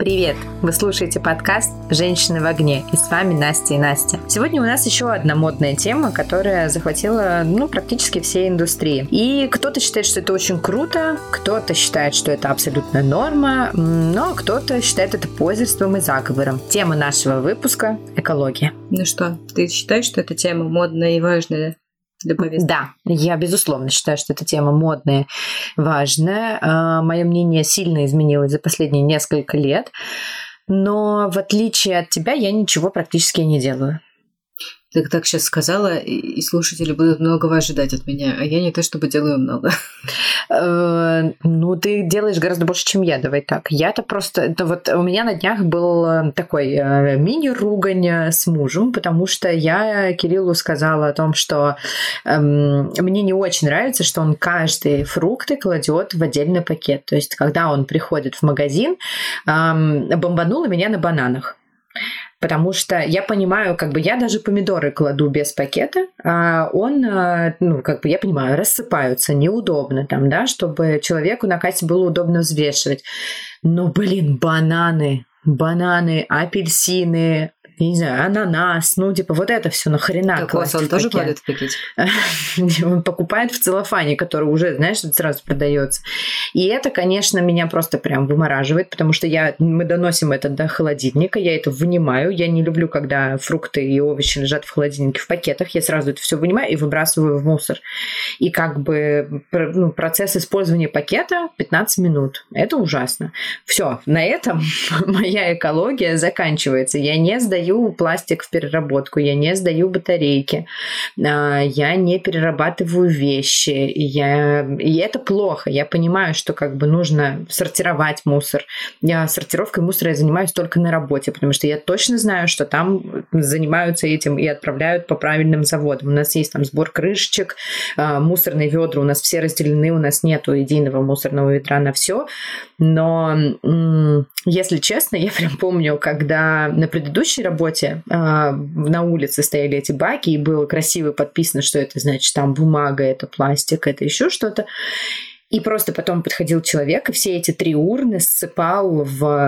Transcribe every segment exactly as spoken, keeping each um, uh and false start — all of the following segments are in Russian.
Привет! Вы слушаете подкаст «Женщины в огне», и с вами Настя и Настя. Сегодня у нас еще одна модная тема, которая захватила ну, практически все индустрии. И кто-то считает, что это очень круто, кто-то считает, что это абсолютная норма, но кто-то считает это позерством и заговором. Тема нашего выпуска – экология. Ну что, ты считаешь, что эта тема модная и важная? Да, я безусловно считаю, что эта тема модная, важная. Мое мнение сильно изменилось за последние несколько лет, но в отличие от тебя я ничего практически не делаю. Ты так сейчас сказала, и слушатели будут многого ожидать от меня, а я не то чтобы делаю много. Ну, ты делаешь гораздо больше, чем я, давай так. Я-то просто... Это вот у меня на днях был такой мини-ругань с мужем, потому что я Кириллу сказала о том, что эм, мне не очень нравится, что он каждые фрукты кладет в отдельный пакет. То есть, когда он приходит в магазин, эм, бомбануло меня на бананах. Потому что я понимаю, как бы я даже помидоры кладу без пакета, а он, ну, как бы я понимаю, рассыпаются, неудобно там, да, чтобы человеку на кассе было удобно взвешивать. Но, блин, бананы, бананы, апельсины, я не знаю, ананас, ну, типа, вот это все нахрена класть в пакет. Он тоже кладет в пакетик? Он покупает в целлофане, который уже, знаешь, сразу продается. И это, конечно, меня просто прям вымораживает, потому что я, мы доносим это до холодильника, я это вынимаю. Я не люблю, когда фрукты и овощи лежат в холодильнике в пакетах. Я сразу это все вынимаю и выбрасываю в мусор. И как бы ну, процесс использования пакета пятнадцать минут. Это ужасно. Все, на этом моя экология заканчивается. Я не сдаю пластик в переработку, я не сдаю батарейки, я не перерабатываю вещи, я... и это плохо. Я понимаю, что как бы нужно сортировать мусор. Я сортировкой мусора я занимаюсь только на работе, потому что я точно знаю, что там занимаются этим и отправляют по правильным заводам. У нас есть там сбор крышечек, мусорные ведра, у нас все разделены, у нас нету единого мусорного ведра на все. Но, если честно, я прям помню, когда на предыдущей работе работе на улице стояли эти баки, и было красиво подписано, что это значит там бумага, это пластик, это еще что-то. И просто потом подходил человек, и все эти три урны ссыпал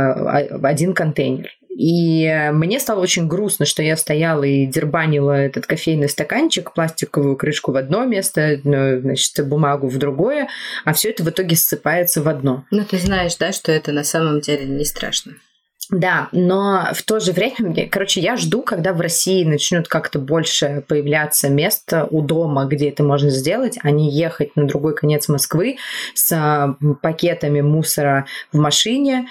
в один контейнер. И мне стало очень грустно, что я стояла и дербанила этот кофейный стаканчик, пластиковую крышку в одно место, значит, бумагу в другое, а все это в итоге ссыпается в одно. Ну, ты знаешь, да, что это на самом деле не страшно. Да, но в то же время, короче, я жду, когда в России начнет как-то больше появляться место у дома, где это можно сделать, а не ехать на другой конец Москвы с пакетами мусора в машине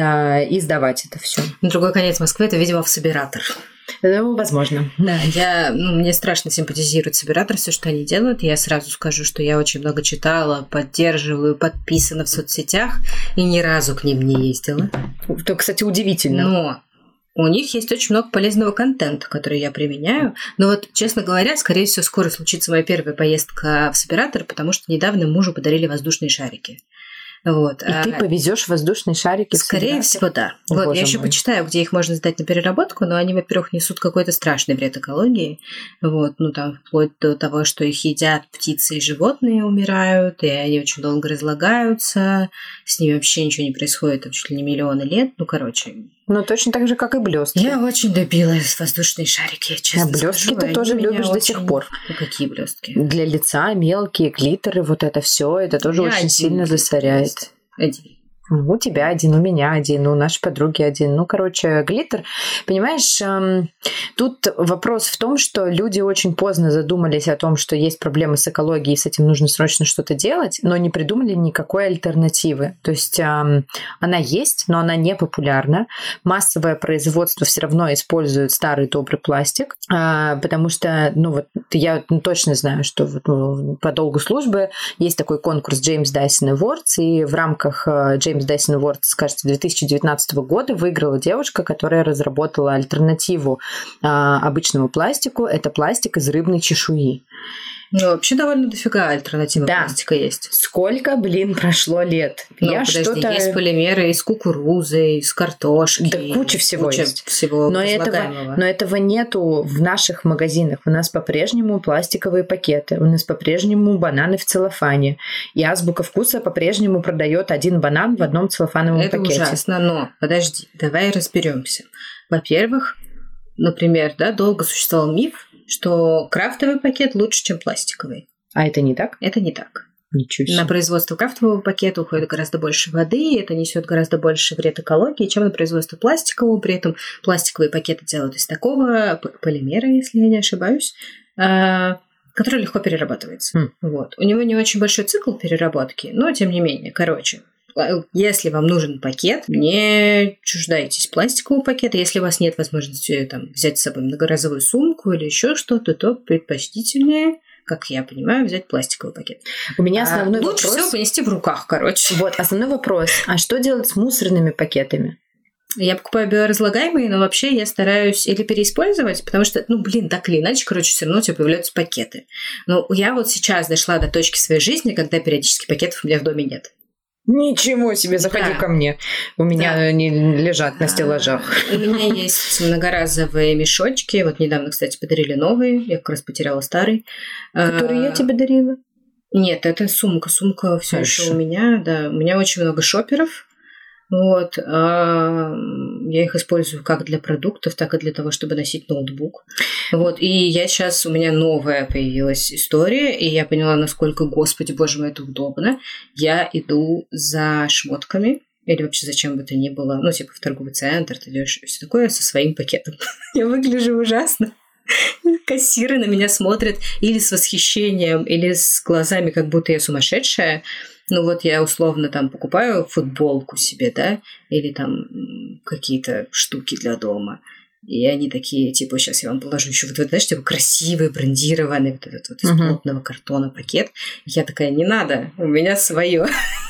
и сдавать это все. На другой конец Москвы это, видимо, в Собиратор. Ну, возможно. Да, я, ну, мне страшно симпатизирует Собиратор, все, что они делают. Я сразу скажу, что я очень много читала, поддерживаю, подписана в соцсетях и ни разу к ним не ездила. Это, кстати, удивительно. Но у них есть очень много полезного контента, который я применяю. Но вот, честно говоря, скорее всего, скоро случится моя первая поездка в Собиратор, потому что недавно мужу подарили воздушные шарики. Вот. И а... ты повезешь воздушные шарики в Скорее всего, да. О, вот, я еще мой. почитаю, где их можно сдать на переработку, но они, во-первых, несут какой-то страшный вред экологии. Вот, ну, там, вплоть до того, что их едят птицы и животные умирают, и они очень долго разлагаются, с ними вообще ничего не происходит, там, чуть ли не миллионы лет. Ну, короче. Ну, точно так же, как и блестки. Я очень добилась воздушные шарики, честно. А блестки ты тоже любишь очень... до сих пор. Ну, какие блестки? Для лица мелкие, глиттеры, вот это все, это тоже очень сильно засоряет. Один. У тебя один, у меня один, у нашей подруги один. Ну, короче, глиттер. Понимаешь, эм, тут вопрос в том, что люди очень поздно задумались о том, что есть проблемы с экологией, и с этим нужно срочно что-то делать, но не придумали никакой альтернативы. То есть эм, она есть, но она не популярна. Массовое производство все равно использует старый добрый пластик, э, потому что, ну, вот я точно знаю, что ну, по долгу службы есть такой конкурс James Dyson Awards, и в рамках James Dyson Awards, кажется, две тысячи девятнадцатого года выиграла девушка, которая разработала альтернативу а, обычному пластику. Это пластик из рыбной чешуи. Ну, вообще довольно дофига альтернативы да. пластика есть. Сколько, блин, прошло лет? Ну, Я подожди, что-то... есть полимеры из кукурузы, из картошки. Да куча всего куча есть. всего но этого, но этого нету в наших магазинах. У нас по-прежнему пластиковые пакеты. У нас по-прежнему бананы в целлофане. И Азбука вкуса по-прежнему продает один банан в одном целлофановом Это пакете. Это ужасно, но подожди, давай разберемся. Во-первых, например, да, долго существовал миф, что крафтовый пакет лучше, чем пластиковый. А это не так? Это не так. Ничего себе. На производство крафтового пакета уходит гораздо больше воды, это несет гораздо больше вред экологии, чем на производство пластикового. При этом пластиковые пакеты делают из такого полимера, если я не ошибаюсь, который легко перерабатывается. Mm. Вот. У него не очень большой цикл переработки, но тем не менее, короче. Если вам нужен пакет, не чуждайтесь пластикового пакета. Если у вас нет возможности там, взять с собой многоразовую сумку или еще что-то, то предпочтительнее, как я понимаю, взять пластиковый пакет. У меня основной а лучше вопрос... всего понести в руках, короче. Вот, основной вопрос. А что делать с мусорными пакетами? Я покупаю биоразлагаемые, но вообще я стараюсь или переиспользовать, потому что, ну, блин, так или иначе, короче, все равно у тебя появляются пакеты. Но я вот сейчас дошла до точки своей жизни, когда периодически пакетов у меня в доме нет. Ничего себе, заходи да. ко мне. У меня да. они лежат на стеллажах. У меня есть многоразовые мешочки. Вот недавно, кстати, подарили новые. Я как раз потеряла старый. Который я тебе дарила? Нет, это сумка. Сумка все еще у меня. Да, у меня очень много шоперов. Вот. Я их использую как для продуктов, так и для того, чтобы носить ноутбук. Вот. И я сейчас, у меня новая появилась история, и я поняла, насколько, господи, боже мой, это удобно. Я иду за шмотками, или вообще зачем бы то ни было, ну, типа в торговый центр, ты идешь, все такое, со своим пакетом. Я выгляжу ужасно. Кассиры на меня смотрят или с восхищением, или с глазами, как будто я сумасшедшая. Ну вот я условно там покупаю футболку себе, да, или там какие-то штуки для дома. И они такие, типа, сейчас я вам положу еще вот, вот знаешь, типа красивый, брендированный вот этот вот из uh-huh. плотного картона пакет. И я такая, не надо, у меня свое.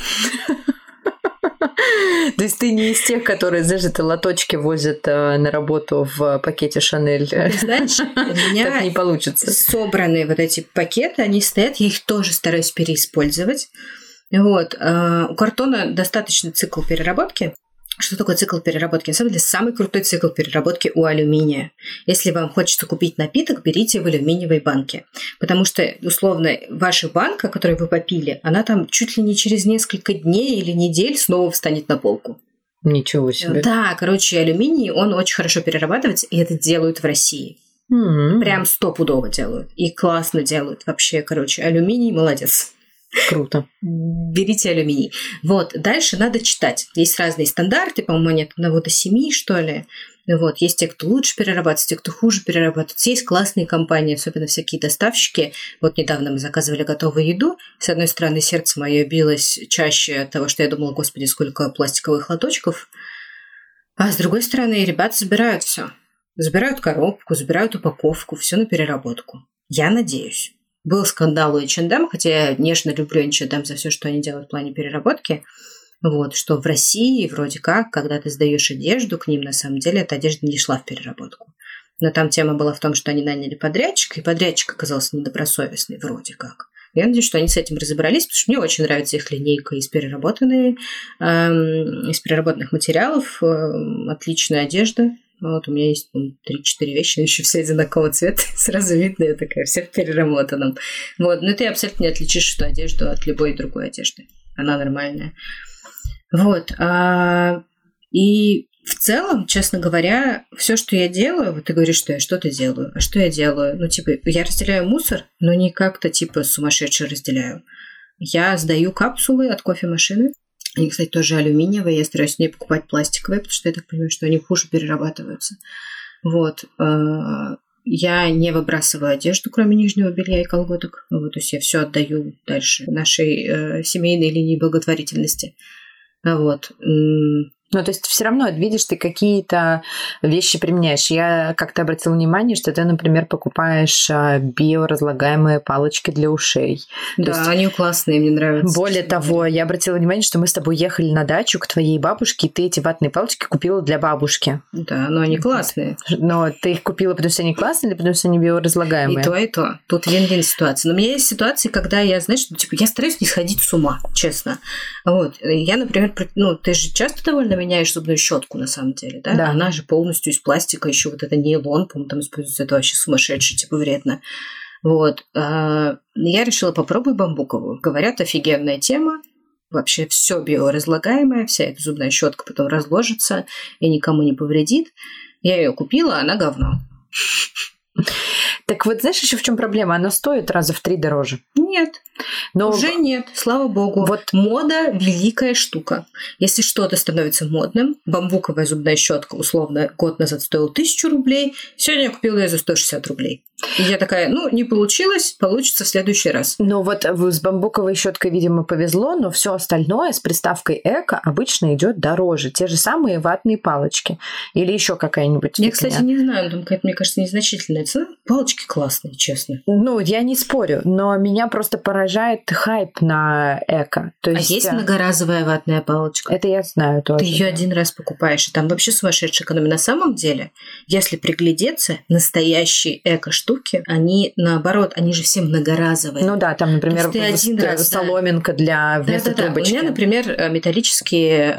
То есть ты не из тех, которые, знаешь, это лоточки возят на работу в пакете Шанель. Знаешь, у меня так не получится. Собранные вот эти пакеты, они стоят, я их тоже стараюсь переиспользовать. Вот. У картона достаточный цикл переработки. Что такое цикл переработки? На самом деле, самый крутой цикл переработки у алюминия. Если вам хочется купить напиток, берите в алюминиевой банке. Потому что, условно, ваша банка, которую вы попили, она там чуть ли не через несколько дней или недель снова встанет на полку. Ничего себе. Да, короче, алюминий, он очень хорошо перерабатывается, и это делают в России. Mm-hmm. Прям стопудово делают. И классно делают. Вообще, короче, алюминий молодец. Круто. Берите алюминий. Вот, дальше надо читать. Есть разные стандарты, по-моему, они от одного до семи, что ли. Вот, есть те, кто лучше перерабатывает, те, кто хуже перерабатывает. Есть классные компании, особенно всякие доставщики. Вот недавно мы заказывали готовую еду. С одной стороны, сердце мое билось чаще от того, что я думала, господи, сколько пластиковых лоточков. А с другой стороны, ребята забирают все. Забирают коробку, забирают упаковку, все на переработку. Я надеюсь. Был скандал у эйч энд эм, хотя я нежно люблю эйч энд эм за все, что они делают в плане переработки. Вот, что в России вроде как, когда ты сдаешь одежду к ним, на самом деле эта одежда не шла в переработку. Но там тема была в том, что они наняли подрядчика, и подрядчик оказался недобросовестный вроде как. Я надеюсь, что они с этим разобрались, потому что мне очень нравится их линейка из переработанной, эм, из переработанных материалов, эм, отличная одежда. Вот у меня есть три-четыре вещи, еще все одинакового цвета, сразу видно, я такая, вся в переработанном. Вот, но ты абсолютно не отличишь эту одежду от любой другой одежды. Она нормальная. Вот. А, и в целом, честно говоря, все, что я делаю, вот ты говоришь, что я что-то делаю, а что я делаю? Ну, типа, я разделяю мусор, но не как-то, типа, сумасшедше разделяю. Я сдаю капсулы от кофемашины. Они, кстати, тоже алюминиевые. Я стараюсь не покупать пластиковые, потому что я так понимаю, что они хуже перерабатываются. Вот. Я не выбрасываю одежду, кроме нижнего белья и колготок. Вот, то есть я все отдаю дальше нашей э, семейной линии благотворительности. Вот. Ну, то есть все равно, видишь, ты какие-то вещи применяешь. Я как-то обратила внимание, что ты, например, покупаешь биоразлагаемые палочки для ушей. Да, есть, они классные, мне нравятся. Более того, я обратила внимание, что мы с тобой ехали на дачу к твоей бабушке, и ты эти ватные палочки купила для бабушки. Да, но они классные. Но ты их купила, потому что они классные, или потому что они биоразлагаемые? И то, и то. Тут вин-вин ситуация. Но у меня есть ситуации, когда я, знаешь, ну, типа, я стараюсь не сходить с ума, честно. Вот. Я, например, ну, ты же часто довольно меняешь зубную щетку на самом деле, да? Да. Она же полностью из пластика, еще вот это нейлон, по-моему, там используется, это вообще сумасшедшее, типа вредно. Вот. Я решила попробовать бамбуковую. Говорят, офигенная тема. Вообще все биоразлагаемое, вся эта зубная щетка потом разложится и никому не повредит. Я ее купила, она говно. Так вот, знаешь, еще в чем проблема? Она стоит раза в три дороже. Нет. Но уже нет, слава богу. Вот мода – великая штука. Если что-то становится модным, бамбуковая зубная щетка условно год назад стоила тысячу рублей, сегодня я купила ее за сто шестьдесят рублей. И я такая, ну, не получилось, получится в следующий раз. Ну вот с бамбуковой щеткой, видимо, повезло, но все остальное с приставкой эко обычно идет дороже. Те же самые ватные палочки. Или еще какая-нибудь Я, фигня. кстати, не знаю, там какая-то, мне кажется, незначительная цена. Палочки классные, честно. Ну, я не спорю, но меня просто поражает хайп на эко. То есть, а есть многоразовая ватная палочка? Это я знаю тоже. Ты ее один раз покупаешь, и там вообще сумасшедшая экономия. На самом деле, если приглядеться, настоящие эко-штуки, они, наоборот, они же все многоразовые. Ну да, там, например, один раз, соломинка да. для вместо да, да, трубочки. Да. У меня, например, металлические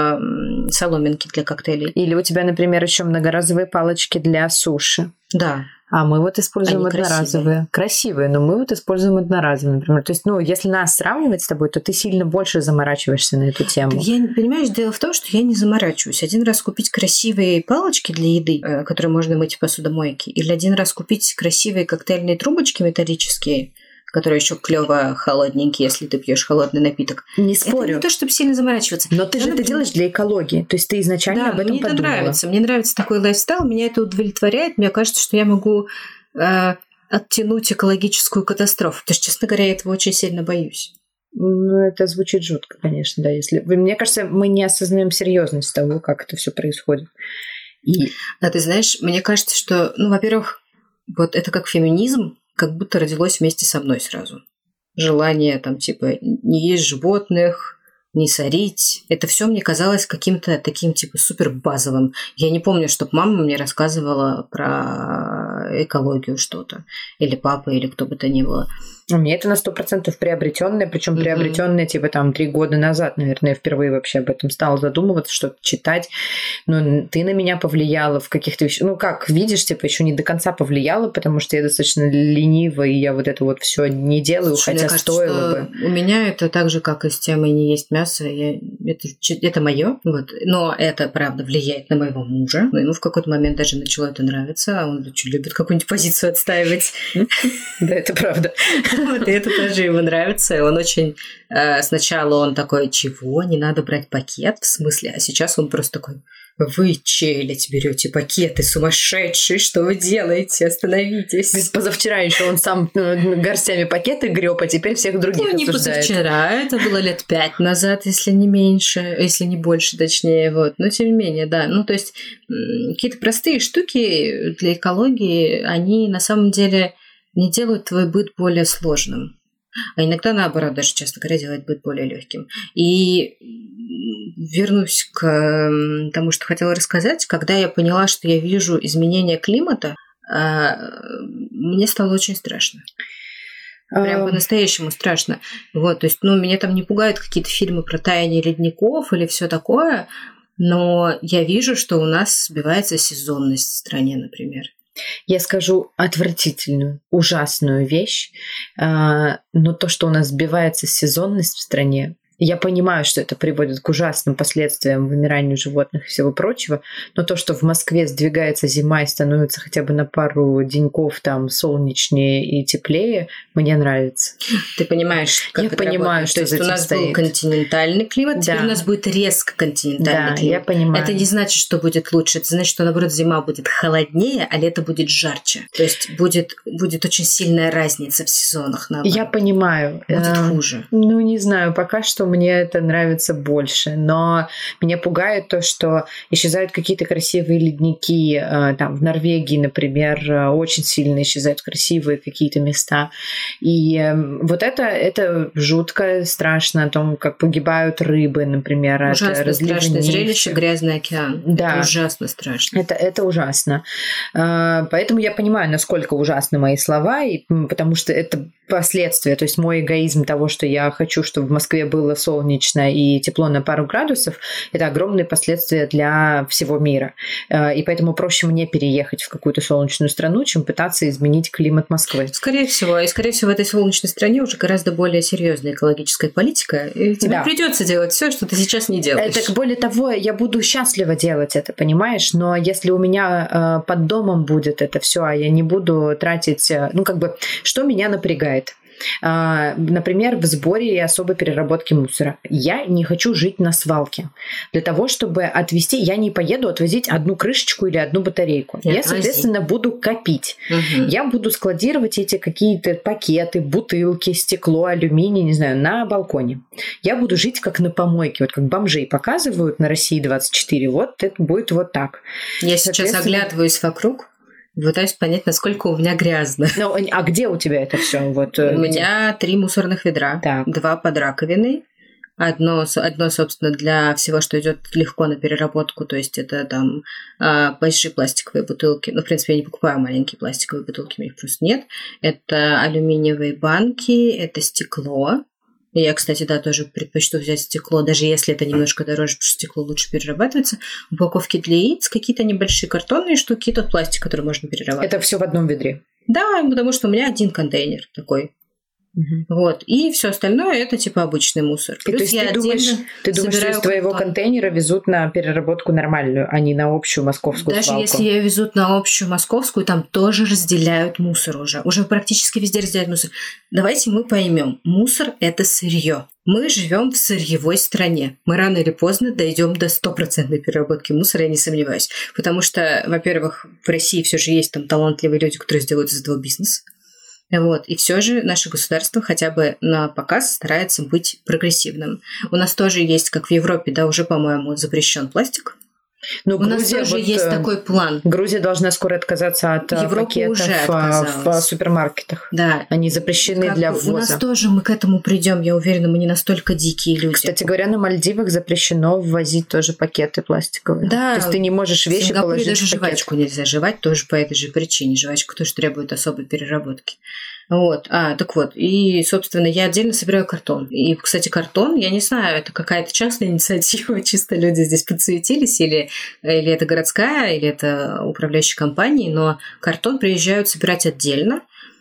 э, соломинки для коктейлей. Или у тебя, например, еще многоразовые палочки для суши. Да. А мы вот используем Они одноразовые. Красивые. красивые, но мы вот используем одноразовые, например. То есть, ну, если нас сравнивать с тобой, то ты сильно больше заморачиваешься на эту тему. Я, понимаешь, дело в том, что я не заморачиваюсь. Один раз купить красивые палочки для еды, которые можно мыть в посудомойке, или один раз купить красивые коктейльные трубочки металлические, которые еще клево холодненькие, если ты пьешь холодный напиток. Не спорю. Это не то, чтобы сильно заморачиваться. Но ты же это делаешь для экологии. То есть ты изначально да, об этом мне подумала. Это нравится. Мне нравится такой лайфстайл, меня это удовлетворяет. Мне кажется, что я могу э, оттянуть экологическую катастрофу. Потому что, честно говоря, я этого очень сильно боюсь. Ну, это звучит жутко, конечно, да. Если... Мне кажется, мы не осознаем серьезность того, как это все происходит. И... Да, ты знаешь, мне кажется, что, ну, во-первых, вот это как феминизм, как будто родилось вместе со мной сразу. Желание там типа не есть животных, не сорить. Это все мне казалось каким-то таким типа супер базовым. Я не помню, чтобы мама мне рассказывала про экологию что-то. Или папа, или кто бы то ни было. У меня это на сто процентов приобретенное, причем mm-hmm. приобретенное типа там три года назад, наверное, я впервые вообще об этом стала задумываться, что-то читать. Но ты на меня повлияла в каких-то вещах. Ну, как видишь, типа еще не до конца повлияла, потому что я достаточно ленива, и я вот это вот все не делаю, Слушай, хотя кажется, стоило бы. У меня это так же, как и с темой не есть мясо. Я... Это, это мое, вот. Но это, правда, влияет на моего мужа. Ну, ему в какой-то момент даже начало это нравиться, а он очень любит какую-нибудь позицию отстаивать. Да, это правда. Вот, и это тоже ему нравится. Он очень... Э, сначала он такой, чего? Не надо брать пакет? В смысле? А сейчас он просто такой, вы, челядь, берете пакеты сумасшедшие, что вы делаете? Остановитесь. Позавчера еще он сам горстями пакеты греб, а теперь всех других ну, не осуждает. Позавчера, это было лет пять назад, если не меньше, если не больше, точнее, вот. Но тем не менее, да. Ну, то есть какие-то простые штуки для экологии, они на самом деле не делают твой быт более сложным. А иногда, наоборот, даже, честно говоря, делает быт более легким. И вернусь к тому, что хотела рассказать. Когда я поняла, что я вижу изменения климата, мне стало очень страшно. Прям по-настоящему страшно. Вот, то есть, ну, меня там не пугают какие-то фильмы про таяние ледников или все такое, но я вижу, что у нас сбивается сезонность в стране, например. Я скажу отвратительную, ужасную вещь, но то, что у нас сбивается сезонность в стране, я понимаю, что это приводит к ужасным последствиям, вымиранию животных и всего прочего, но то, что в Москве сдвигается зима и становится хотя бы на пару деньков там солнечнее и теплее, мне нравится. Ты понимаешь, как я это понимаю, работает? что то есть за у нас стоит. был континентальный климат, теперь да. у нас будет резко континентальный да, климат. Я понимаю. Это не значит, что будет лучше, это значит, что, наоборот, зима будет холоднее, а лето будет жарче. То есть будет, будет очень сильная разница в сезонах, наоборот. Я понимаю. Будет хуже. Ну, не знаю, пока что что мне это нравится больше. Но меня пугает то, что исчезают какие-то красивые ледники. Там в Норвегии, например, очень сильно исчезают красивые какие-то места. И вот это, это жутко, страшно, о том, как погибают рыбы, например, ужасно от разливней. Страшное зрелище, грязный океан. Да. Это ужасно страшно. Это, это ужасно. Поэтому я понимаю, насколько ужасны мои слова, и, потому что это последствия. То есть мой эгоизм того, что я хочу, чтобы в Москве было солнечно и тепло на пару градусов, это огромные последствия для всего мира. И поэтому проще мне переехать в какую-то солнечную страну, чем пытаться изменить климат Москвы. Скорее всего. И, скорее всего, в этой солнечной стране уже гораздо более серьезная экологическая политика. И тебе да. придется делать все, что ты сейчас не делаешь. Так более того, я буду счастлива делать это, понимаешь? Но если у меня э, под домом будет это все, а я не буду тратить... Ну, как бы, что меня напрягает? Например, в сборе и особой переработке мусора. Я не хочу жить на свалке. Для того, чтобы отвезти, я не поеду отвозить одну крышечку или одну батарейку. Я, я соответственно, буду копить. Угу. Я буду складировать эти какие-то пакеты, бутылки, стекло, алюминий, не знаю, на балконе. Я буду жить как на помойке. Вот как бомжей показывают на России двадцать четыре. Вот это будет вот так. Я сейчас оглядываюсь вокруг. Пытаюсь понять, насколько у меня грязно. Ну, а где у тебя это все? Вот, у где? меня три мусорных ведра, так. два под раковиной. Одно, одно, собственно, для всего, что идет легко на переработку, то есть это там большие пластиковые бутылки. Ну, в принципе, я не покупаю маленькие пластиковые бутылки, у меня их просто нет. Это алюминиевые банки, это стекло. Я, кстати, да, тоже предпочту взять стекло, даже если это немножко дороже, потому что стекло лучше перерабатывается. Упаковки для яиц, какие-то небольшие картонные штуки, тот пластик, который можно перерабатывать. Это все в одном ведре? Да, потому что у меня один контейнер такой. Угу. Вот. И все остальное это типа обычный мусор. Плюс то есть я ты думаешь, ты думаешь, что из твоего картон. контейнера везут на переработку нормальную, а не на общую московскую Даже свалку? Если ее везут на общую московскую, там тоже разделяют мусор уже. Уже практически везде разделяют мусор. Давайте мы поймем, мусор – это сырье. Мы живем в сырьевой стране. Мы рано или поздно дойдем до стопроцентной переработки мусора, я не сомневаюсь. Потому что, во-первых, в России все же есть там талантливые люди, которые сделают из этого бизнес. Вот. И все же наше государство хотя бы на показ старается быть прогрессивным. У нас тоже есть, как в Европе, да, уже, по-моему, запрещен пластик. Ну, У Грузия, нас тоже вот, есть такой план. Грузия должна скоро отказаться от Европа пакетов уже в супермаркетах. Да. Они запрещены как для ввоза. У нас тоже мы к этому придем, я уверена, мы не настолько дикие люди. Кстати говоря, на Мальдивах запрещено ввозить тоже пакеты пластиковые. Да. То есть ты не можешь вещи в положить даже в пакет. Жвачку нельзя жевать тоже по этой же причине. Жвачка тоже требует особой переработки. Вот, а, так вот, и, собственно, я отдельно собираю картон. И, кстати, картон, я не знаю, это какая-то частная инициатива, чисто люди здесь подсуетились, или, или это городская, или это управляющая компания, но картон приезжают собирать отдельно,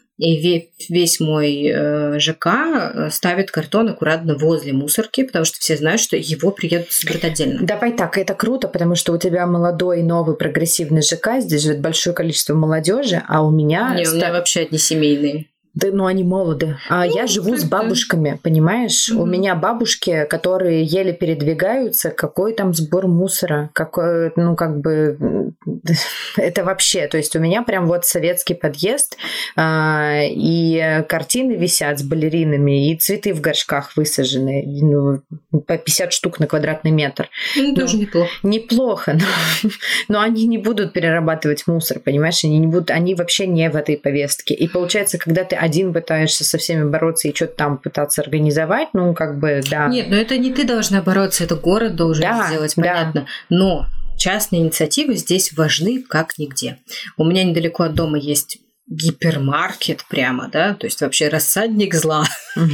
и весь мой э, ЖК ставит картон аккуратно возле мусорки, потому что все знают, что его приедут собирать отдельно. Давай так, это круто, потому что у тебя молодой, новый, прогрессивный ЖК, здесь живет большое количество молодежи, а у меня... Не, у меня вообще одни семейные. Да, ну они молоды. А ну, я живу с бабушками, понимаешь? Mm-hmm. У меня бабушки, которые еле передвигаются. Какой там сбор мусора? Какой, ну, как бы... Это вообще... То есть у меня прям вот советский подъезд, а, и картины висят с балеринами, и цветы в горшках высажены. Ну, по пятьдесят штук на квадратный метр. Ну, ну тоже неплохо. Неплохо, но, но они не будут перерабатывать мусор, понимаешь? Они не будут... Они вообще не в этой повестке. И получается, когда ты один пытаешься со всеми бороться и что-то там пытаться организовать, ну, как бы, да. Нет, но это не ты должна бороться, это город должен да, сделать, понятно. Да. Но частные инициативы здесь важны как нигде. У меня недалеко от дома есть гипермаркет прямо, да, то есть вообще рассадник зла.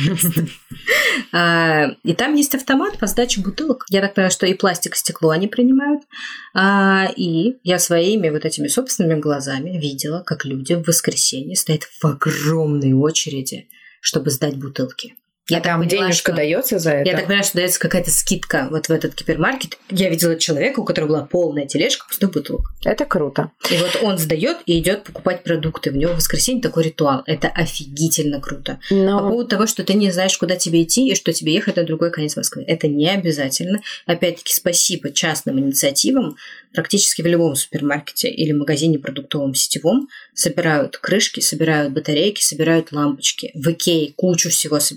И там есть автомат по сдаче бутылок. Я так понимаю, что и пластик, и стекло они принимают. И я своими вот этими собственными глазами видела, как люди в воскресенье стоят в огромной очереди, чтобы сдать бутылки. Я а там поняла, денежка что... дается за это? Я так понимаю, что дается какая-то скидка вот в этот гипермаркет. Я видела человека, у которого была полная тележка пустых бутылок. Это круто. И вот он сдает и идет покупать продукты. У него в воскресенье такой ритуал. Это офигительно круто. Но... По поводу того, что ты не знаешь, куда тебе идти и что тебе ехать на другой конец Москвы. Это не обязательно. Опять-таки, спасибо частным инициативам. Практически в любом супермаркете или магазине продуктовом сетевом собирают крышки, собирают батарейки, собирают лампочки. В Икее кучу всего собирают на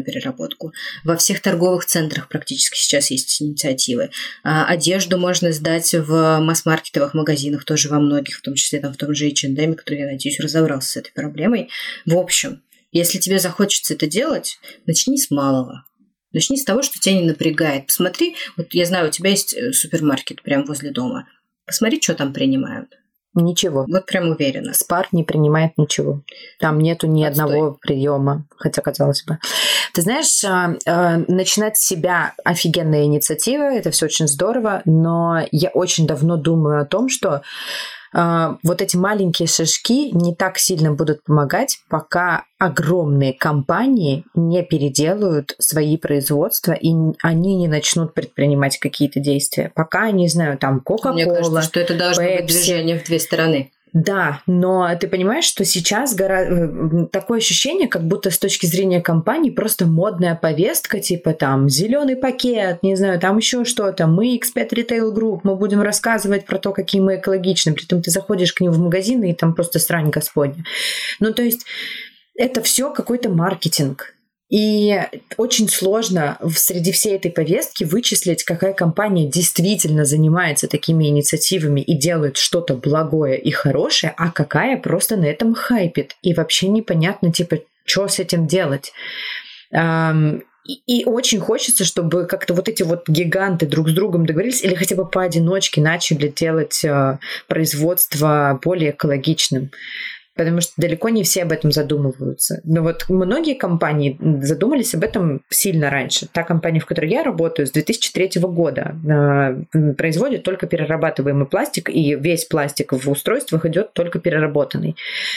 переработку. Во всех торговых центрах практически сейчас есть инициативы. Одежду можно сдать в масс-маркетовых магазинах, тоже во многих, в том числе там, в том же эйч энд эм, который, я надеюсь, разобрался с этой проблемой. В общем, если тебе захочется это делать, начни с малого. Начни с того, что тебя не напрягает. Посмотри, вот я знаю, у тебя есть супермаркет прямо возле дома. Посмотри, что там принимают. Ничего. Вот прям уверена. Спар не принимает ничего. Там нету ни Отстой. одного приема, хотя казалось бы. Ты знаешь, начинать с себя офигенная инициатива, это все очень здорово, но я очень давно думаю о том, что вот эти маленькие шажки не так сильно будут помогать, пока огромные компании не переделают свои производства и они не начнут предпринимать какие-то действия. Пока, не знаю, там Coca-Cola, Мне кажется, что это должно Pepsi. быть движение в две стороны. Да, но ты понимаешь, что сейчас гора... такое ощущение, как будто с точки зрения компании просто модная повестка, типа там зеленый пакет, не знаю, там еще что-то. Мы икс пять Retail Group, мы будем рассказывать про то, какие мы экологичны. Притом ты заходишь к ним в магазин, и там просто срань господня. Ну, то есть это все какой-то маркетинг. И очень сложно среди всей этой повестки вычислить, какая компания действительно занимается такими инициативами и делает что-то благое и хорошее, а какая просто на этом хайпит. И вообще непонятно, типа, что с этим делать. И очень хочется, чтобы как-то вот эти вот гиганты друг с другом договорились или хотя бы поодиночке начали делать производство более экологичным. Потому что далеко не все об этом задумываются. Но вот многие компании задумались об этом сильно раньше. Та компания, в которой я работаю, с две тысячи третьего года производит только перерабатываемый пластик, и весь пластик в устройствах идет только переработанный.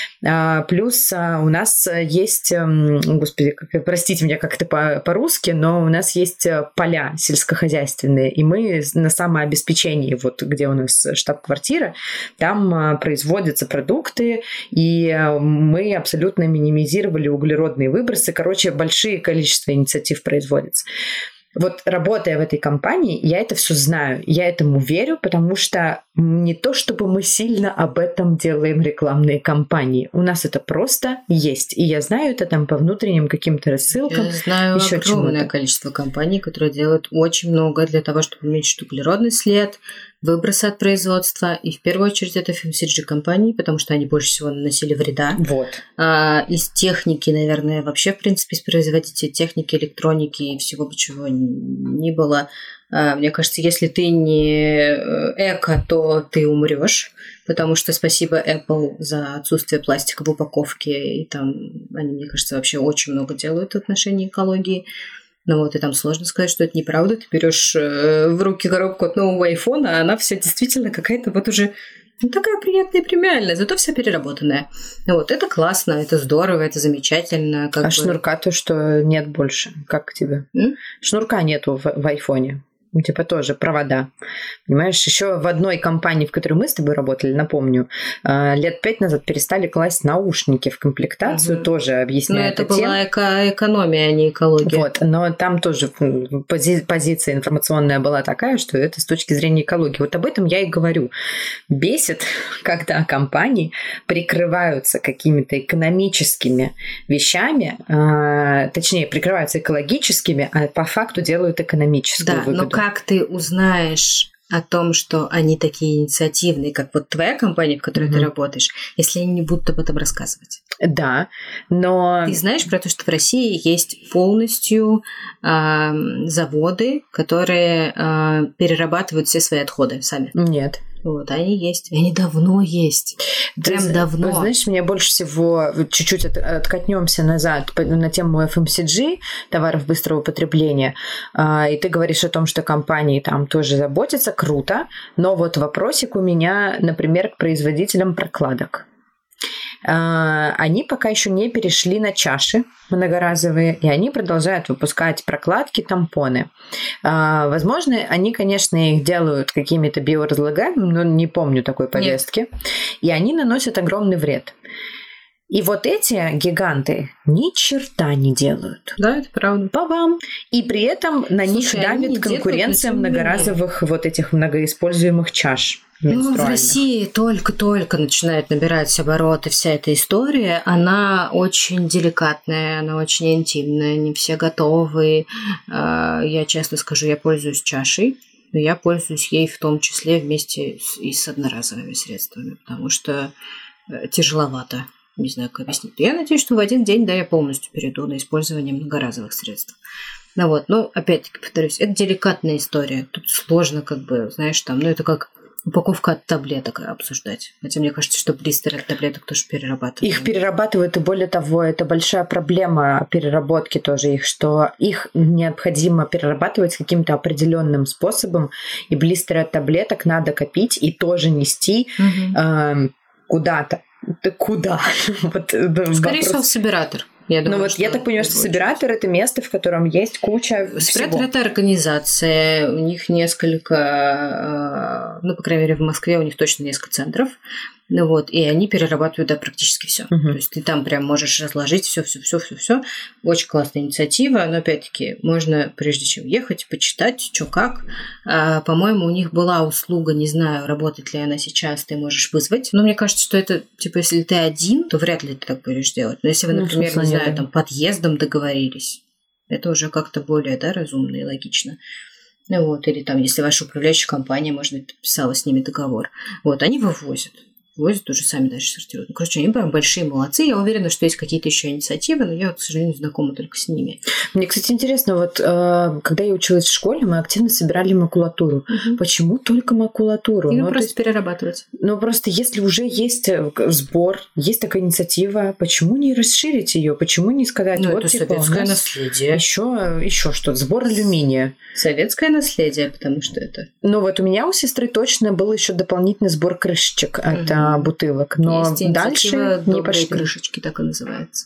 Плюс у нас есть, господи, простите меня как-то по-русски, но у нас есть поля сельскохозяйственные, и мы на самообеспечении, вот где у нас штаб-квартира, там производятся продукты, и И мы абсолютно минимизировали углеродные выбросы. Короче, большие количества инициатив производится. Вот работая в этой компании, я это все знаю, я этому верю, потому что не то, чтобы мы сильно об этом делаем рекламные кампании. У нас это просто есть. И я знаю это там по внутренним каким-то рассылкам. Я знаю еще огромное чему-то. количество компаний, которые делают очень много для того, чтобы уменьшить углеродный след, выбросы от производства. И в первую очередь это эф эм си джи-компании, потому что они больше всего наносили вреда. Вот. А, из техники, наверное, вообще, в принципе, из производителей техники, электроники и всего бы чего ни было. А, мне кажется, если ты не эко, то ты умрешь, потому что спасибо Apple за отсутствие пластика в упаковке. И там они, мне кажется, вообще очень много делают в отношении экологии. Ну вот, и там сложно сказать, что это неправда. Ты берешь э, в руки коробку от нового айфона, а она все действительно какая-то вот уже ну, такая приятная и премиальная, зато вся переработанная. Ну вот, это классно, это здорово, это замечательно. Как а бы... шнурка то, что нет больше. Как тебе? М? Шнурка нету в, в айфоне. Типа тоже провода. Понимаешь, еще в одной компании, в которой мы с тобой работали, напомню, лет пять назад перестали класть наушники в комплектацию, угу. тоже объясняя это. Но это была эко- экономия, а не экология. Вот, но там тоже пози- позиция информационная была такая, что это с точки зрения экологии. Вот об этом я и говорю. Бесит, когда компании прикрываются какими-то экономическими вещами, а, точнее, прикрываются экологическими, а по факту делают экономическую да, выгоду. Но как ты узнаешь о том, что они такие инициативные, как вот твоя компания, в которой mm-hmm. ты работаешь, если они не будут об этом рассказывать? Да, но... Ты знаешь про то, что в России есть полностью э, заводы, которые э, перерабатывают все свои отходы сами? Нет. Вот, они есть. Они давно есть. Прям Ты, давно. Знаешь, мне больше всего чуть-чуть от, откатнемся назад на тему эф эм си джи, товаров быстрого потребления, и ты говоришь о том, что компании там тоже заботятся, круто, но вот вопросик у меня, например, к производителям прокладок. Они пока еще не перешли на чаши многоразовые, и они продолжают выпускать прокладки, тампоны. Возможно, они, конечно, их делают какими-то биоразлагаемыми, но не помню такой повестки. Нет. И они наносят огромный вред. И вот эти гиганты ни черта не делают. Да, это правда. По вам. И при этом на Слушай, них давит конкуренция многоразовых вот этих многоиспользуемых чаш. менструальных. Ну, в России только-только начинает набирать обороты вся эта история. Она очень деликатная, она очень интимная, не все готовы. Я честно скажу, я пользуюсь чашей, но я пользуюсь ей в том числе вместе с, и с одноразовыми средствами, потому что тяжеловато. Не знаю, как объяснить. Я надеюсь, что в один день, да, я полностью перейду на использование многоразовых средств. Ну вот, но опять-таки повторюсь, это деликатная история. Тут сложно, как бы, знаешь, там, ну это как упаковка от таблеток обсуждать. Хотя мне кажется, что блистеры от таблеток тоже перерабатывают. Их перерабатывают, и более того, это большая проблема переработки тоже их, что их необходимо перерабатывать каким-то определенным способом, и блистеры от таблеток надо копить и тоже нести угу. э, куда-то. Да куда? вот, Скорее всего, в собиратор. Я думаю, ну вот я так понимаю, что собиратор – это место, в котором есть куча Собиратор всего. – это организация, у них несколько, ну, по крайней мере, в Москве у них точно несколько центров, ну вот, и они перерабатывают, да, практически все. Uh-huh. То есть ты там прям можешь разложить все, все, все, все, все. Очень классная инициатива, но опять-таки можно, прежде чем ехать, почитать, что как. А, по-моему, у них была услуга, не знаю, работает ли она сейчас, ты можешь вызвать. Но мне кажется, что это, типа, если ты один, то вряд ли ты так будешь делать. Но если вы, например, ну, не знаю, там подъездом договорились, это уже как-то более, да, разумно и логично. Ну вот, или там, если ваша управляющая компания, может быть, подписала с ними договор. Вот, они вывозят. Возят, уже сами дальше сортируют. Ну, короче, они прям большие молодцы. Я уверена, что есть какие-то еще инициативы, но я, к сожалению, знакома только с ними. Мне, кстати, интересно, вот когда я училась в школе, мы активно собирали макулатуру. Угу. Почему только макулатуру? Ну, ну, просто есть, перерабатывать. Ну, просто если уже есть сбор, есть такая инициатива, почему не расширить ее? Почему не сказать, ну, вот, это типа, советское наследие. Еще, еще что-то, сбор алюминия. Советское наследие, потому что это... Ну, вот у меня у сестры точно был еще дополнительный сбор крышечек от угу. бутылок, но есть дальше не пошли. Крышечки, так и называется.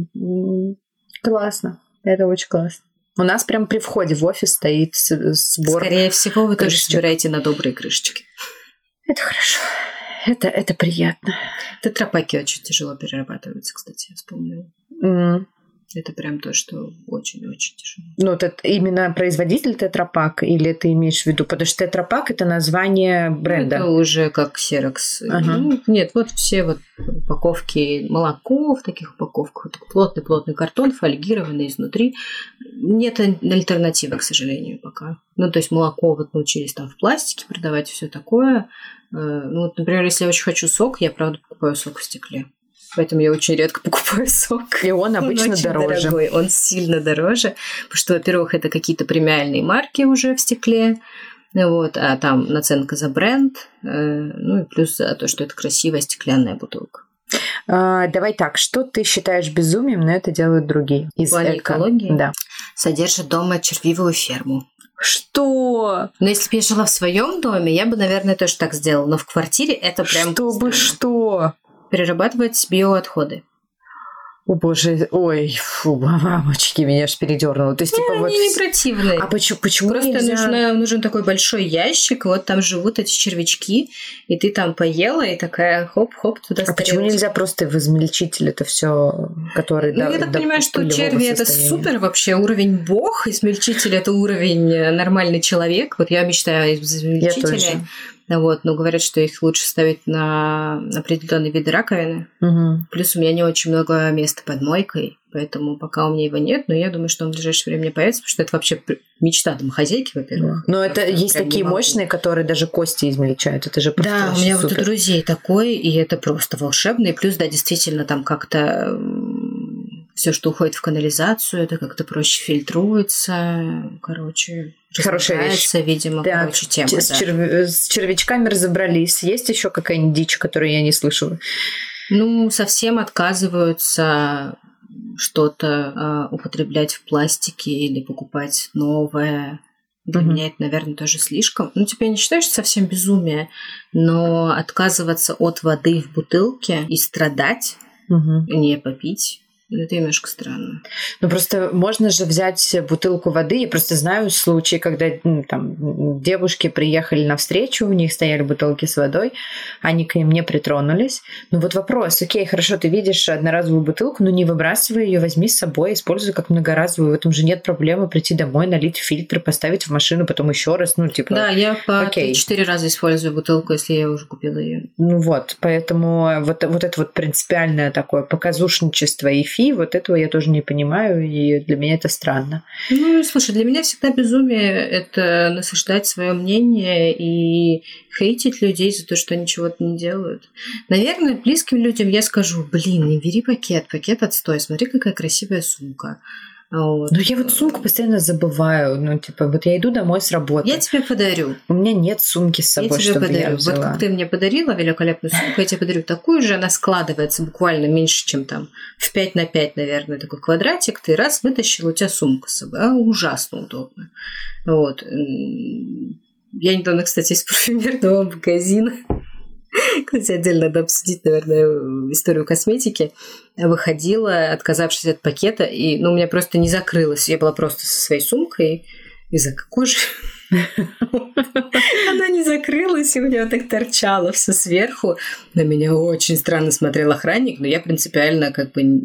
Классно, это очень классно. У нас прям при входе в офис стоит сбор. Скорее всего, вы крышечек. Тоже собираете на добрые крышечки. Это хорошо. Это, это приятно. Тетрапаки очень тяжело перерабатываются, кстати, я вспомнила. Mm. Это прям то, что очень-очень тяжело. Ну, это именно производитель Тетрапак или ты имеешь в виду? Потому что Тетрапак – это название бренда. Ну, это уже как Xerox. Ага. Ну, нет, вот все вот упаковки молоко в таких упаковках. Вот плотный-плотный картон, фольгированный изнутри. Нет альтернативы, к сожалению, пока. Ну, то есть молоко вот научились там в пластике продавать, все такое. Ну, вот, например, если я очень хочу сок, я, правда, покупаю сок в стекле. Поэтому я очень редко покупаю сок. И он обычно он дороже. Дорогой. Он сильно дороже. Потому что, во-первых, это какие-то премиальные марки уже в стекле. Вот, а там наценка за бренд. Ну и плюс за то, что это красивая стеклянная бутылка. А, давай так, что ты считаешь безумием, но это делают другие? Из в плане эко. Экологии? Да. Содержит дома червивую ферму. Что? Но если бы я жила в своем доме, я бы, наверное, тоже так сделала. Но в квартире это прям... Чтобы что? Перерабатывать биоотходы. О боже, ой, фу, мамочки, меня аж передёрнуло. То есть, не, типа, они вот... не противные. А почему, почему Просто нельзя... нужно, нужен такой большой ящик, вот там живут эти червячки, и ты там поела, и такая хоп-хоп туда. А почему нельзя просто в измельчитель это все, который... Ну, до, я так до понимаю, что черви это супер вообще уровень бог, измельчитель это уровень нормальный человек. Вот я мечтаю из измельчителя. Вот, но говорят, что их лучше ставить на определенные виды раковины. Угу. Плюс у меня не очень много места под мойкой, поэтому пока у меня его нет, но я думаю, что он в ближайшее время появится, потому что это вообще мечта домохозяйки, во-первых. Но это есть такие мощные, которые даже кости измельчают. Это же просто да, у меня супер. Вот у друзей такой, и это просто волшебно. И плюс, да, действительно, там как-то все, что уходит в канализацию, это как-то проще фильтруется. Короче, хорошая вещь. Видимо, да, короче, тема. С, да. черв... с червячками разобрались. Есть еще какая-нибудь дичь, которую я не слышала? Ну, совсем отказываются что-то э, употреблять в пластике или покупать новое. Для mm-hmm. меня это, наверное, тоже слишком. Ну, типа, я не считаю, что совсем безумие, но отказываться от воды в бутылке и страдать, mm-hmm. не попить, Это немножко странно. Ну, просто можно же взять бутылку воды. Я просто знаю случаи, когда ну, там девушки приехали на встречу, у них стояли бутылки с водой, они к ним не притронулись. Ну, вот вопрос. Окей, хорошо, ты видишь одноразовую бутылку, но не выбрасывай ее, возьми с собой, используй как многоразовую. В этом же нет проблемы прийти домой, налить фильтр, поставить в машину, потом еще раз. Ну, типа... Да, я по четыре раза использую бутылку, если я уже купила ее. Ну, вот. Поэтому вот, вот это вот принципиальное такое показушничество и фи, вот этого я тоже не понимаю, и для меня это странно. Ну, слушай, для меня всегда безумие – это насаждать свое мнение и хейтить людей за то, что они чего-то не делают. Наверное, близким людям я скажу, блин, не бери пакет, пакет отстой, смотри, какая красивая сумка. Вот. Ну, я вот сумку постоянно забываю. Ну, типа, вот я иду домой с работы. Я тебе подарю. У меня нет сумки с собой, я тебе чтобы подарю. я взяла. Вот как ты мне подарила великолепную сумку, я тебе подарю такую же. Она складывается буквально меньше, чем там в пять на пять, наверное, такой квадратик. Ты раз вытащил, у тебя сумка с собой. А, ужасно удобно. Вот. Я недавно, кстати, из парфюмерного магазина. Кстати, отдельно надо обсудить, наверное, историю косметики. Выходила, отказавшись от пакета, и ну, у меня просто не закрылось. Я была просто со своей сумкой из-за кожи. Она не закрылась, и у меня так торчало все сверху. На меня очень странно смотрел охранник, но я принципиально как бы...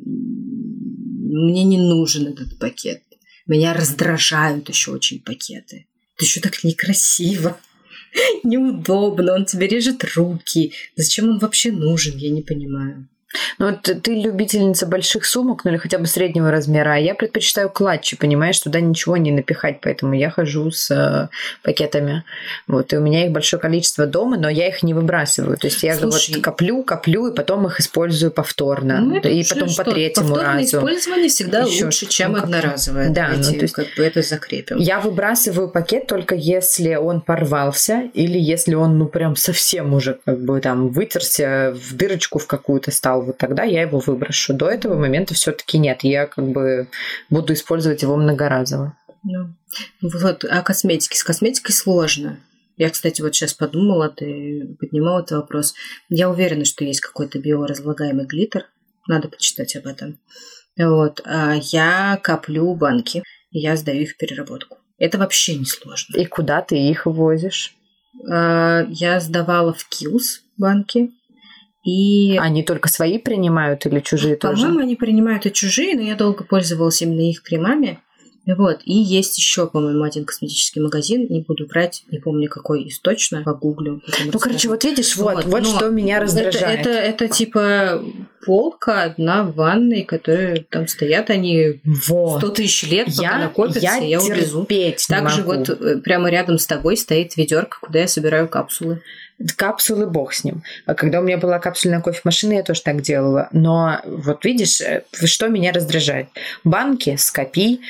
Мне не нужен этот пакет. Меня раздражают еще очень пакеты. Это еще так некрасиво. Неудобно, он тебе режет руки. Зачем он вообще нужен, я не понимаю. Ну, вот ты любительница больших сумок, ну или хотя бы среднего размера, а я предпочитаю клатчи, понимаешь, туда ничего не напихать, поэтому я хожу с э, пакетами. Вот, и у меня их большое количество дома, но я их не выбрасываю. То есть я Слушай, вот коплю, коплю, и потом их использую повторно. Ну, и потом что? по третьему Повторное разу. использование всегда Еще лучше, чем ну, одноразовое. Да, Давайте, ну, то есть как бы это закрепим. Я выбрасываю пакет только если он порвался, или если он, ну, прям совсем уже как бы там вытерся в дырочку в какую-то стал. Вот тогда я его выброшу. До этого момента все-таки нет. Я как бы буду использовать его многоразово. Ну, вот, а косметики? С косметикой сложно. Я, кстати, вот сейчас подумала, ты поднимала этот вопрос. Я уверена, что есть какой-то биоразлагаемый глиттер. Надо почитать об этом. Вот. А я коплю банки, и я сдаю их в переработку. Это вообще не сложно. И куда ты их возишь? А, я сдавала в Kiehl's банки. И... Они только свои принимают или чужие По-моему, тоже? По-моему, они принимают и чужие, но я долго пользовалась именно их кремами. Вот. И есть еще, по-моему, один косметический магазин, не буду брать, не помню какой из точно, погуглю. Ну, короче, вот видишь, вот, вот, вот что меня раздражает. Это, это, это типа полка одна в ванной, которые там стоят, они вот. сто тысяч лет, пока я, накопятся, я, я увезу. Также могу. вот прямо рядом с тобой стоит ведерко, куда я собираю капсулы. Капсулы, бог с ним. Когда у меня была капсульная кофемашина, я тоже так делала. Но вот видишь, что меня раздражает? Банки скопи,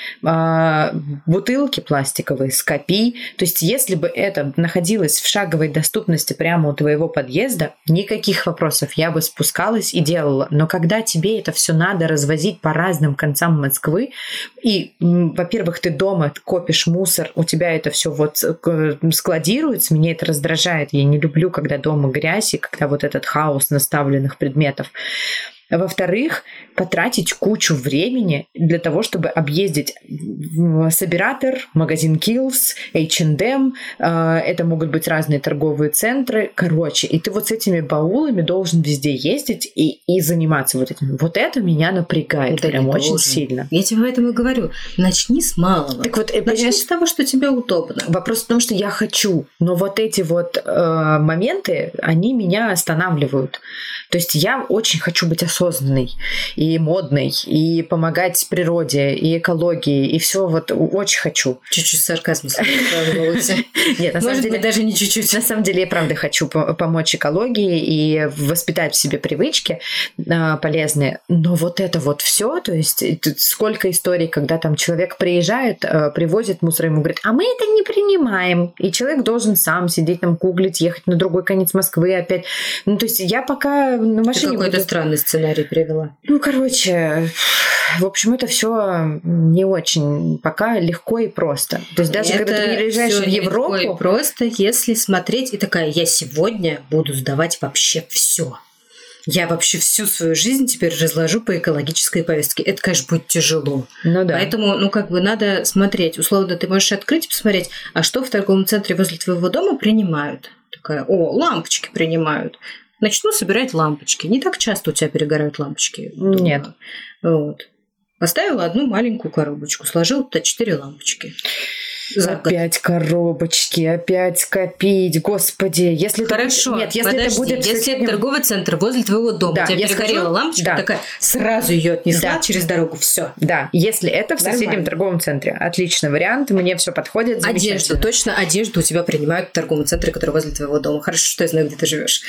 бутылки пластиковые скопи. То есть, если бы это находилось в шаговой доступности прямо у твоего подъезда, никаких вопросов. Я бы спускалась и делала. Но когда тебе это все надо развозить по разным концам Москвы, и, во-первых, ты дома копишь мусор, у тебя это все вот складируется, меня это раздражает. Я не люблю когда дома грязь и когда вот этот хаос наставленных предметов. Во-вторых, потратить кучу времени для того, чтобы объездить Собиратор, магазин Kiehl's, эйч энд эм. Это могут быть разные торговые центры. Короче, и ты вот с этими баулами должен везде ездить и, и заниматься вот этим. Вот это меня напрягает это прям очень должен. Сильно. Я тебе поэтому и говорю. Начни с малого. Так вот, Начни с того, что тебе удобно. Вопрос в том, что я хочу. Но вот эти вот э, моменты, они меня останавливают. То есть я очень хочу быть осознанной и модной, и помогать природе, и экологии, и все вот очень хочу. Чуть-чуть сарказма в голосе. Нет, на самом деле даже не чуть-чуть. На самом деле я правда хочу помочь экологии и воспитать в себе привычки полезные. Но вот это вот все, то есть сколько историй, когда там человек приезжает, привозит мусор, ему говорит, а мы это не принимаем. И человек должен сам сидеть там гуглить, ехать на другой конец Москвы опять. Ну, то есть я пока на машине... Ты какой-то буду... странный сценарий привела. Ну, короче, в общем, это все не очень пока легко и просто. То есть даже это когда ты приезжаешь в Европу... легко и просто, если смотреть и такая, я сегодня буду сдавать вообще все. Я вообще всю свою жизнь теперь разложу по экологической повестке. Это, конечно, будет тяжело. Ну да. Поэтому, ну, как бы надо смотреть. Условно, ты можешь открыть и посмотреть, а что в торговом центре возле твоего дома принимают. Такая, о, лампочки принимают. Начну собирать лампочки. Не так часто у тебя перегорают лампочки дома. Нет. Вот. Поставила одну маленькую коробочку, сложила туда четыре лампочки. Опять коробочки, опять копить, господи. Если Хорошо, ты... Нет, если подожди, это будет... Если соседнем... это торговый центр возле твоего дома, да, у тебя перегорела скажу... лампочка, да. такая, сразу ее отнесла да. через дорогу, все. Да, если это в соседнем Нормально. торговом центре. Отличный вариант, мне все подходит. Одежду, точно одежду у тебя принимают в торговом центре, который возле твоего дома. Хорошо, что я знаю, где ты живешь.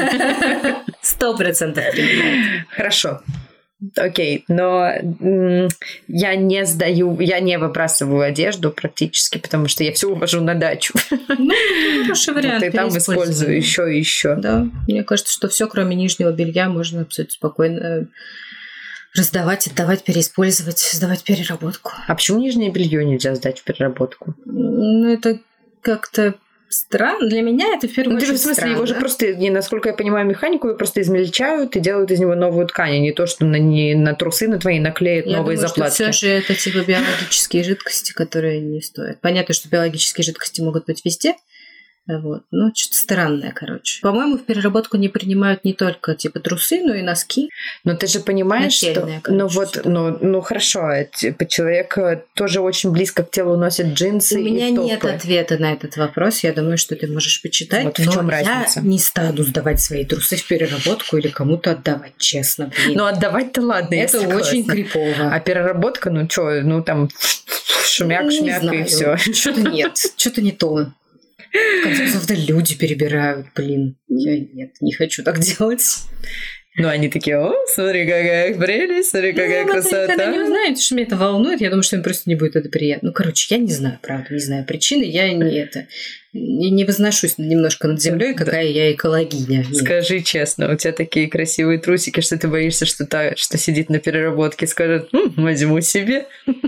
Сто процентов принимают. Хорошо. Окей, но м- я не сдаю, я не выбрасываю одежду практически, потому что я все увожу на дачу. Ну, хороший вариант. Вот и там использую еще и еще. Да, мне кажется, что все, кроме нижнего белья, можно абсолютно спокойно раздавать, отдавать, переиспользовать, сдавать в переработку. А почему нижнее белье нельзя сдать в переработку? Ну, это как-то... Странно. Для меня это в первую ну, очередь в смысле, странно. его же просто, насколько я понимаю механику, его просто измельчают и делают из него новую ткань, а не то, что на, не, на трусы на твои наклеят я новые думаю, заплатки. Что все же это типа биологические жидкости, которые не стоят. Понятно, что биологические жидкости могут быть везде, вот. Ну, что-то странное, короче. По-моему, в переработку не принимают не только типа трусы, но и носки. Но ты же понимаешь, Нательные, что... Короче, ну вот, ну, ну хорошо, типа человек тоже очень близко к телу носит джинсы. У меня и топы. нет ответа на этот вопрос. Я думаю, что ты можешь почитать. Вот в чем разница? Я не стану сдавать свои трусы в переработку или кому-то отдавать, честно. Блин. Ну, отдавать-то ладно, это я очень крипово. А переработка, ну что, ну там шмяк-шмяк ну, и все. Что-то нет, что-то не то. В конце концов, да люди перебирают, блин. Я нет, не хочу так делать. Ну, они такие, о, смотри, какая прелесть, смотри, какая ну, красота. Вы никогда не узнаете, что меня это волнует. Я думаю, что им просто не будет это приятно. Ну, короче, я не знаю, правда, не знаю причины. Я не это... Не, не возношусь немножко над землей, какая да. я экологиня. Нет. Скажи честно, у тебя такие красивые трусики, что ты боишься, что та, что сидит на переработке, скажет, м, возьму себе.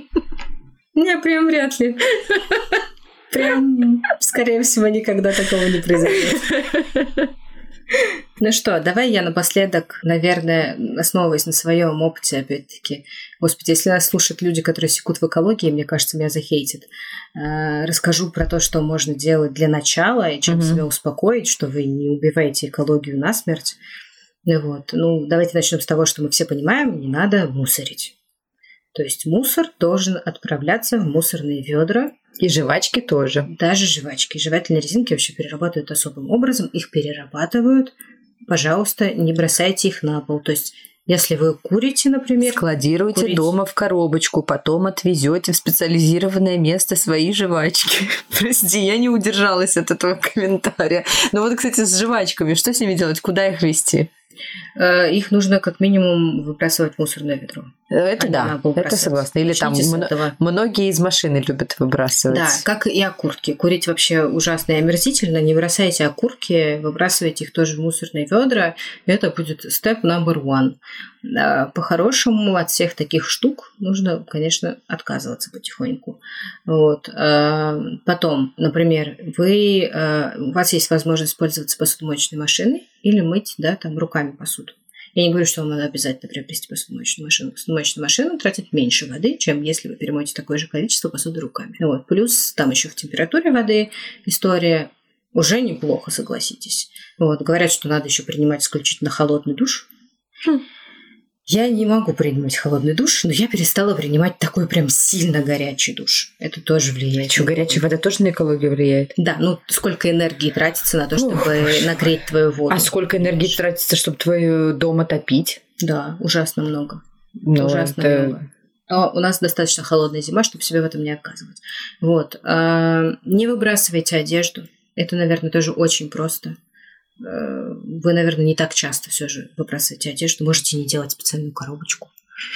Не, прям вряд ли. Прям, скорее всего, никогда такого не произойдет. Ну что, давай я напоследок, наверное, основываясь на своем опыте, опять-таки, господи, если нас слушают люди, которые секут в экологии, мне кажется, меня захейтят, расскажу про то, что можно делать для начала и чем mm-hmm. себя успокоить, что вы не убиваете экологию насмерть. Вот. Ну, давайте начнем с того, что мы все понимаем, не надо мусорить. То есть мусор должен отправляться в мусорные ведра. И жвачки тоже. Даже жвачки. Жевательные резинки вообще перерабатывают особым образом. Их перерабатывают. Пожалуйста, не бросайте их на пол. То есть, если вы курите, например... Складируйте курите... дома в коробочку, потом отвезете в специализированное место свои жвачки. Прости, я не удержалась от этого комментария. Но вот, кстати, с жвачками, что с ними делать? Куда их везти? Их нужно как минимум выбрасывать в мусорное ведро. Это да, это согласна. Или там м- многие из машины любят выбрасывать. Да, как и окурки. Курить вообще ужасно и омерзительно. Не бросайте окурки, выбрасывайте их тоже в мусорные ведра. Это будет step number one. По-хорошему от всех таких штук нужно, конечно, отказываться потихоньку. Вот. Потом, например, вы, у вас есть возможность пользоваться посудомоечной машиной или мыть, да, там, руками посуду. Я не говорю, что вам надо обязательно приобрести посудомоечную машину. Посудомоечная машина тратит меньше воды, чем если вы перемоете такое же количество посуды руками. Вот. Плюс там еще в температуре воды история уже неплохо, согласитесь. Вот. Говорят, что надо еще принимать исключительно холодный душ. Хм. Я не могу принимать холодный душ, но я перестала принимать такой прям сильно горячий душ. Это тоже влияет. Что, горячая вода тоже на экологию влияет? Да, ну сколько энергии тратится на то, чтобы Ух. нагреть твою воду. А сколько энергии тратится, чтобы твой дом отопить? Да, ужасно много. Ну, ужасно это... много. Но у нас достаточно холодная зима, чтобы себе в этом не отказывать. Вот. Не выбрасывайте одежду. Это, наверное, тоже очень просто. Вы, наверное, не так часто все же выбрасываете одежду. Можете не делать специальную коробочку.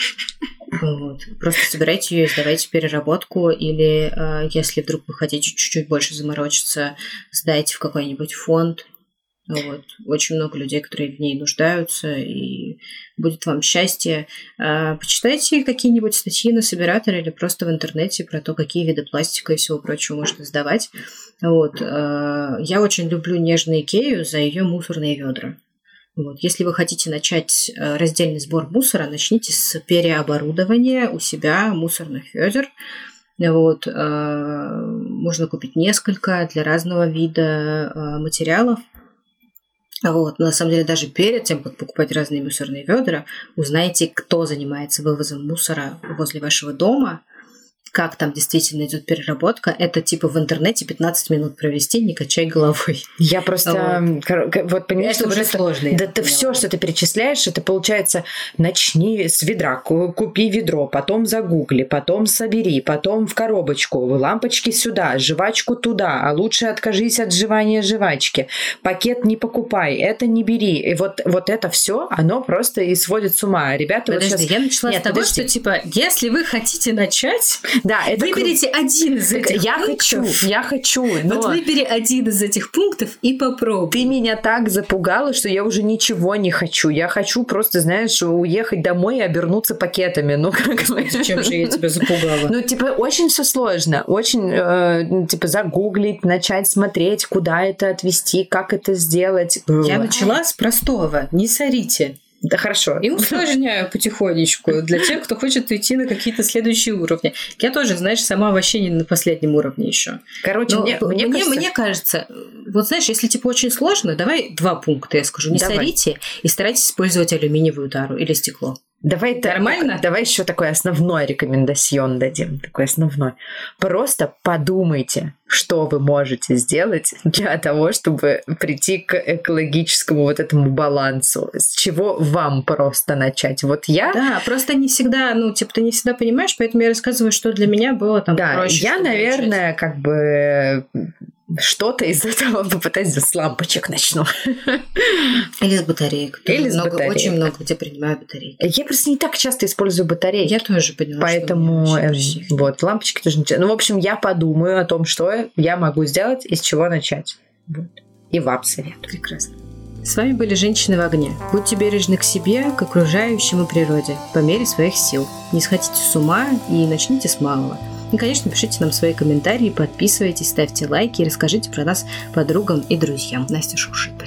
Вот. Просто собирайте ее и сдавайте в переработку. Или, если вдруг вы хотите чуть-чуть больше заморочиться, сдайте в какой-нибудь фонд. Вот. Очень много людей, которые в ней нуждаются, и будет вам счастье. Почитайте какие-нибудь статьи на Собиратор или просто в интернете про то, какие виды пластика и всего прочего можно сдавать. Вот. Я очень люблю нежную Икею за ее мусорные ведра. Вот. Если вы хотите начать раздельный сбор мусора, начните с переоборудования у себя мусорных ведер. Вот. Можно купить несколько для разного вида материалов. Вот. Но на самом деле даже перед тем, как покупать разные мусорные ведра, узнайте, кто занимается вывозом мусора возле вашего дома, как там действительно идет переработка. Это типа в интернете пятнадцать минут провести, не качай головой. Я просто вот, вот понимаешь, это уже сложно. Да ты все, что ты перечисляешь, это получается: начни с ведра, купи ведро, потом загугли, потом собери, потом в коробочку, лампочки сюда, жвачку туда, а лучше откажись от жевания жвачки, пакет не покупай, это не бери. И вот, вот это все, оно просто и сводит с ума. Ребята, подожди, вот сейчас... я начала Нет, с того, подожди. что типа, если вы хотите начать, да, это выберите кру... один из так этих я пунктов. Хочу, я хочу. Но... Вот выбери один из этих пунктов и попробуй. Ты меня так запугала, что я уже ничего не хочу. Я хочу просто, знаешь, уехать домой и обернуться пакетами. Ну, как... Зачем же я тебя запугала? Ну, типа, очень все сложно. Очень, э, типа, загуглить, начать смотреть, куда это отвести, как это сделать. Я начала с простого. Не сорите. Да, хорошо. И усложняю потихонечку для тех, кто хочет уйти на какие-то следующие уровни. Я тоже, знаешь, сама вообще не на последнем уровне еще. Короче, Но мне, мне, мне, кажется... мне кажется, вот знаешь, если типа очень сложно, давай два пункта я скажу. Не давай. Сорите и старайтесь использовать алюминиевую тару или стекло. Давай нормально. Так, давай еще такой основной рекомендацион дадим. Такой основной. Просто подумайте, что вы можете сделать для того, чтобы прийти к экологическому вот этому балансу. С чего вам просто начать? Вот я... Да, просто не всегда, ну, типа, ты не всегда понимаешь, поэтому я рассказываю, что для меня было там да, проще. Я, наверное, начать. Как бы... Что-то из этого попытаюсь с лампочек начну. Или с батареек. Или с много, батареек. Очень много где принимаю батарейки. Я просто не так часто использую батарейки. Я тоже поняла. Поэтому вот, лампочки тоже не... Ну, в общем, я подумаю о том, что я могу сделать и с чего начать. Вот. И вам советую. Прекрасно. С вами были «Женщины в огне». Будьте бережны к себе, к окружающему природе, по мере своих сил. Не сходите с ума и начните с малого. И, конечно, пишите нам свои комментарии, подписывайтесь, ставьте лайки и расскажите про нас подругам и друзьям. Настя шушит.